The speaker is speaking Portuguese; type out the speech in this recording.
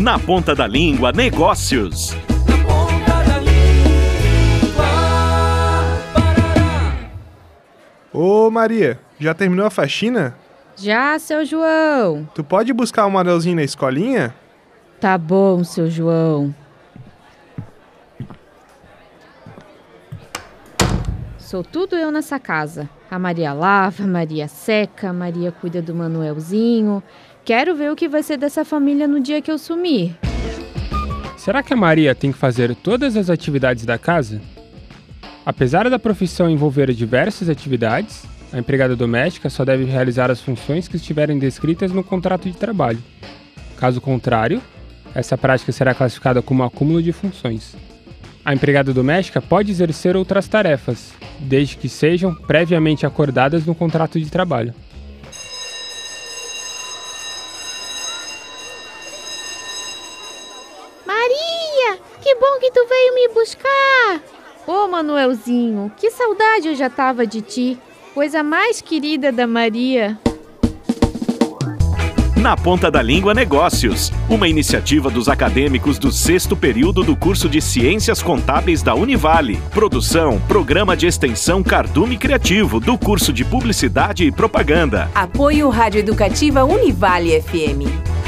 Na Ponta da Língua Negócios. Ô Maria, já terminou a faxina? Já, seu João. Tu pode buscar o Manelzinho na escolinha? Tá bom, seu João. Sou tudo eu nessa casa. A Maria lava, a Maria seca, a Maria cuida do Manuelzinho. Quero ver o que vai ser dessa família no dia que eu sumir. Será que a Maria tem que fazer todas as atividades da casa? Apesar da profissão envolver diversas atividades, a empregada doméstica só deve realizar as funções que estiverem descritas no contrato de trabalho. Caso contrário, essa prática será classificada como acúmulo de funções. A empregada doméstica pode exercer outras tarefas, desde que sejam previamente acordadas no contrato de trabalho. Maria, que bom que tu veio me buscar! Ô Manuelzinho, que saudade eu já tava de ti. Coisa mais querida da Maria. Na Ponta da Língua Negócios, uma iniciativa dos acadêmicos do 6º período do curso de Ciências Contábeis da Univale. Produção, Programa de Extensão Cardume Criativo, do curso de Publicidade e Propaganda. Apoio Rádio Educativa Univale FM.